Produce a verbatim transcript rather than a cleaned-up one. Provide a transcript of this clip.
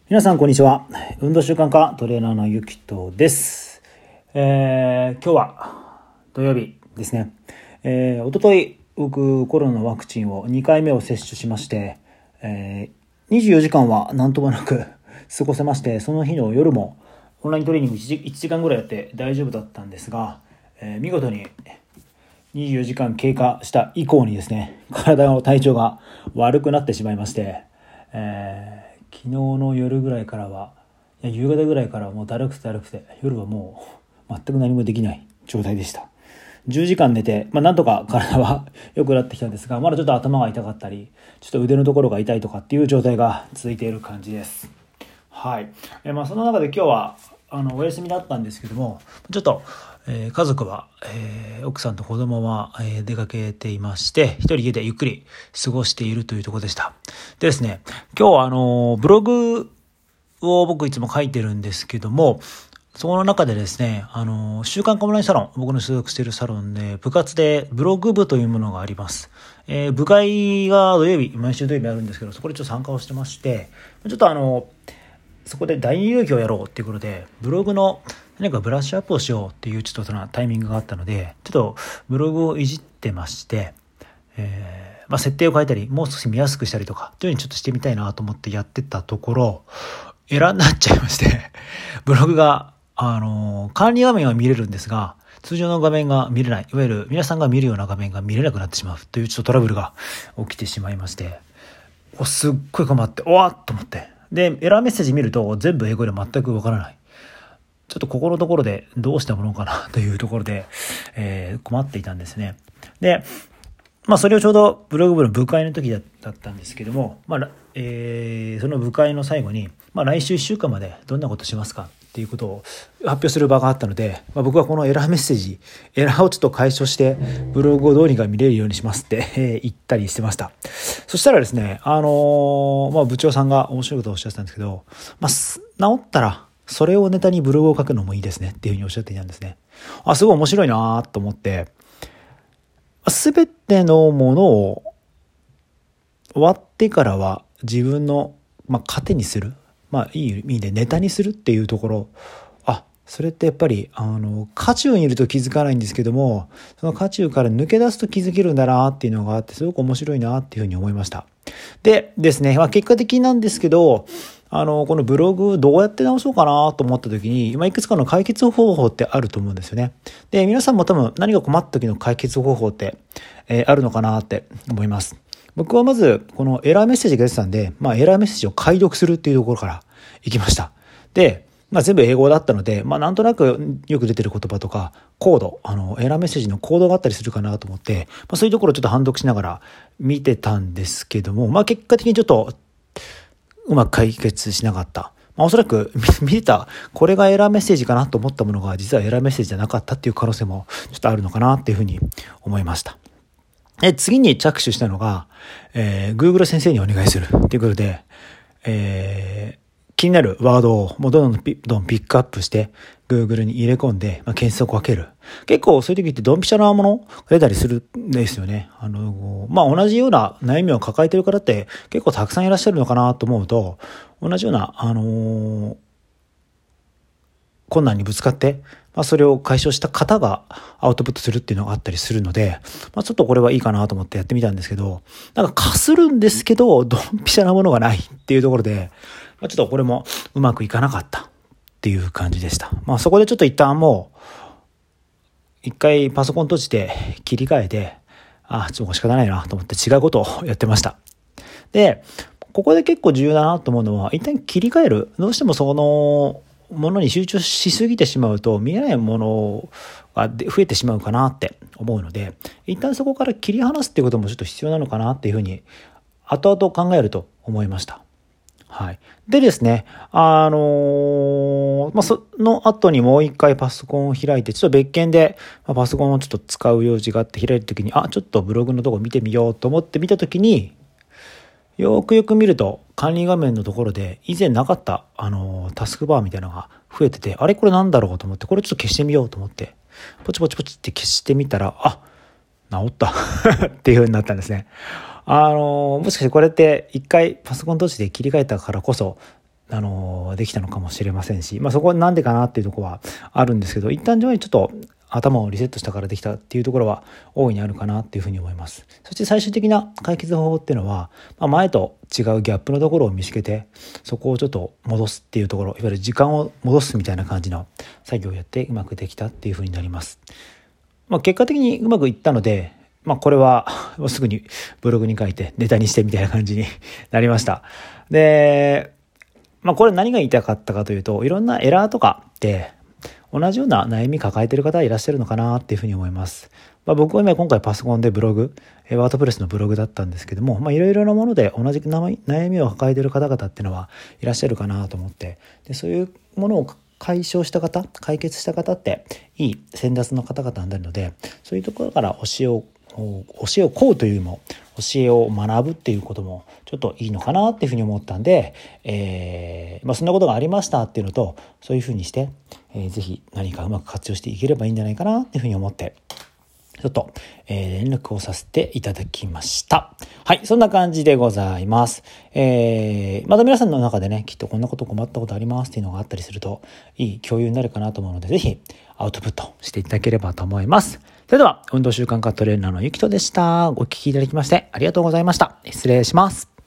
皆さんこんにちは。運動習慣科トレーナーのゆきとです。えー、今日は土曜日ですね。えー、おととい僕コロナのワクチンをにかいめを接種しまして、えー、にじゅうよじかんはなんともなく過ごせまして、その日の夜もオンライントレーニングいちじかんぐらいやって大丈夫だったんですが、えー、見事ににじゅうよじかん経過した以降にですね、体の体調が悪くなってしまいまして、えー昨日の夜ぐらいからはいや夕方ぐらいからはもうだるくてだるくて夜はもう全く何もできない状態でした。じゅうじかん寝て、まあ、なんとか体は良くなってきたんですが、まだちょっと頭が痛かったりちょっと腕のところが痛いとかっていう状態が続いている感じです。はい。えまあその中で今日はあのお休みだったんですけども、ちょっと、えー、家族は、えー、奥さんと子供は、えー、出かけていまして一人家でゆっくり過ごしているというところでした。でですね、今日はあのブログを僕いつも書いてるんですけども、そこの中でですね、あの週刊カムライサロン、僕の所属しているサロンで部活でブログ部というものがあります。えー、部会が土曜日毎週土曜日あるんですけど、そこでちょっと参加をしてまして、ちょっとあのそこで第二遊戯をやろうっていうことで、ブログの何かブラッシュアップをしようっていうちょっとそのタイミングがあったので、ちょっとブログをいじってまして、えーまあ、設定を変えたり、もう少し見やすくしたりとか、というふうにちょっとしてみたいなと思ってやってたところ、エラーになっちゃいまして、ブログが、あのー、管理画面は見れるんですが、通常の画面が見れない、いわゆる皆さんが見るような画面が見れなくなってしまうというちょっとトラブルが起きてしまいまして、おすっごい困って、おわっと思って、でエラーメッセージ見ると全部英語で全くわからない。ちょっとここのところでどうしたものかなというところで、えー、困っていたんですね。で、まあそれをちょうどブログ部の部会の時だったんですけども、まあ、えー、その部会の最後に、まあ来週いっしゅうかんまでどんなことしますかっていうことを発表する場があったので、まあ、僕はこのエラーメッセージ、エラーをちょっと解消してブログをどうにか見れるようにしますって、えー、言ったりしてました。そしたらですね、あのー、まあ部長さんが面白いことをおっしゃってたんですけど、まあ治ったらそれをネタにブログを書くのもいいですねっていうふうにおっしゃっていたんですね。あ、すごい面白いなと思って、すべてのものを終わってからは自分の、まあ、糧にする、まあいい意味でネタにするっていうところ、あ、それってやっぱりあの渦中にいると気づかないんですけども、その渦中から抜け出すと気づけるんだなっていうのがあって、すごく面白いなっていうふうに思いました。でですね、まあ、結果的なんですけど、あのこのブログどうやって直そうかなと思った時に、今いくつかの解決方法ってあると思うんですよね。で、皆さんも多分何か困った時の解決方法って、えー、あるのかなって思います。僕はまずこのエラーメッセージが出てたんで、まあエラーメッセージを解読するっていうところから行きました。で、まあ全部英語だったので、まあなんとなくよく出てる言葉とかコード、あのエラーメッセージのコードがあったりするかなと思って、まあそういうところをちょっと判読しながら見てたんですけども、まあ結果的にちょっとうまく解決しなかった。まあ、おそらく見てたこれがエラーメッセージかなと思ったものが実はエラーメッセージじゃなかったっていう可能性もちょっとあるのかなっていうふうに思いました。で、次に着手したのが、えー、Google 先生にお願いするっていうことで、えー、気になるワードをもうどんどんピどんピックアップして Google に入れ込んで、まあ、検索をかける。結構そういう時ってドンピシャなものが出たりするんですよね。あの、まあ、同じような悩みを抱えている方って結構たくさんいらっしゃるのかなと思うと、同じような、あのー、困難にぶつかって、まあ、それを解消した方がアウトプットするっていうのがあったりするので、まあ、ちょっとこれはいいかなと思ってやってみたんですけど、なんかかするんですけど、ドンピシャなものがないっていうところで、まあ、ちょっとこれもうまくいかなかったっていう感じでした。まあ、そこでちょっと一旦もう、一回パソコン閉じて切り替えて、あ、ちょっと仕方ないなと思って違うことをやってました。で、ここで結構重要だなと思うのは、一旦切り替える。どうしてもその、ものに集中しすぎてしまうと見えないものが増えてしまうかなって思うので、一旦そこから切り離すっていうこともちょっと必要なのかなっていうふうに後々考えると思いました。はい。でですね、あのー、まあ、その後にもう一回パソコンを開いて、ちょっと別件で、まあ、パソコンをちょっと使う用事があって開いた時に、あ、ちょっとブログのとこ見てみようと思って見た時に、よくよく見ると管理画面のところで以前なかったあのタスクバーみたいなのが増えてて、あれこれなんだろうと思って、これちょっと消してみようと思ってポチポチポチって消してみたら、あ、治ったっていう風になったんですね。あのもしかしてこれって一回パソコン閉じて切り替えたからこそあのできたのかもしれませんし、まあ、そこはなんでかなっていうところはあるんですけど、一旦上にちょっと頭をリセットしたからできたっていうところは大いにあるかなっていうふうに思います。そして最終的な解決方法っていうのは、まあ、前と違うギャップのところを見つけて、そこをちょっと戻すっていうところ、いわゆる時間を戻すみたいな感じの作業をやってうまくできたっていうふうになります。まあ、結果的にうまくいったので、まあ、これはすぐにブログに書いてネタにしてみたいな感じになりました。で、まあ、これ何が言いたかったかというと、いろんなエラーとかって同じような悩み抱えている方いらっしゃるのかなっていうふうに思います。まあ、僕は今回パソコンでブログ、ワードプレスのブログだったんですけども、まあ、いろいろなもので同じ悩みを抱えている方々っていうのはいらっしゃるかなと思って、でそういうものを解消した方、解決した方っていい先達の方々になるので、そういうところから教えを教えをこうというよりも教えを学ぶっていうこともちょっといいのかなっていうふうに思ったんで、えーまあ、そんなことがありましたっていうのと、そういうふうにして、えー、ぜひ何かうまく活用していければいいんじゃないかなっていうふうに思ってちょっと、えー、連絡をさせていただきました。はい、そんな感じでございます。えー、また皆さんの中でね、きっとこんなこと困ったことありますっていうのがあったりすると、いい共有になるかなと思うので、ぜひアウトプットしていただければと思います。それでは、運動習慣化トレーナーのゆきとでした。お聞きいただきましてありがとうございました。失礼します。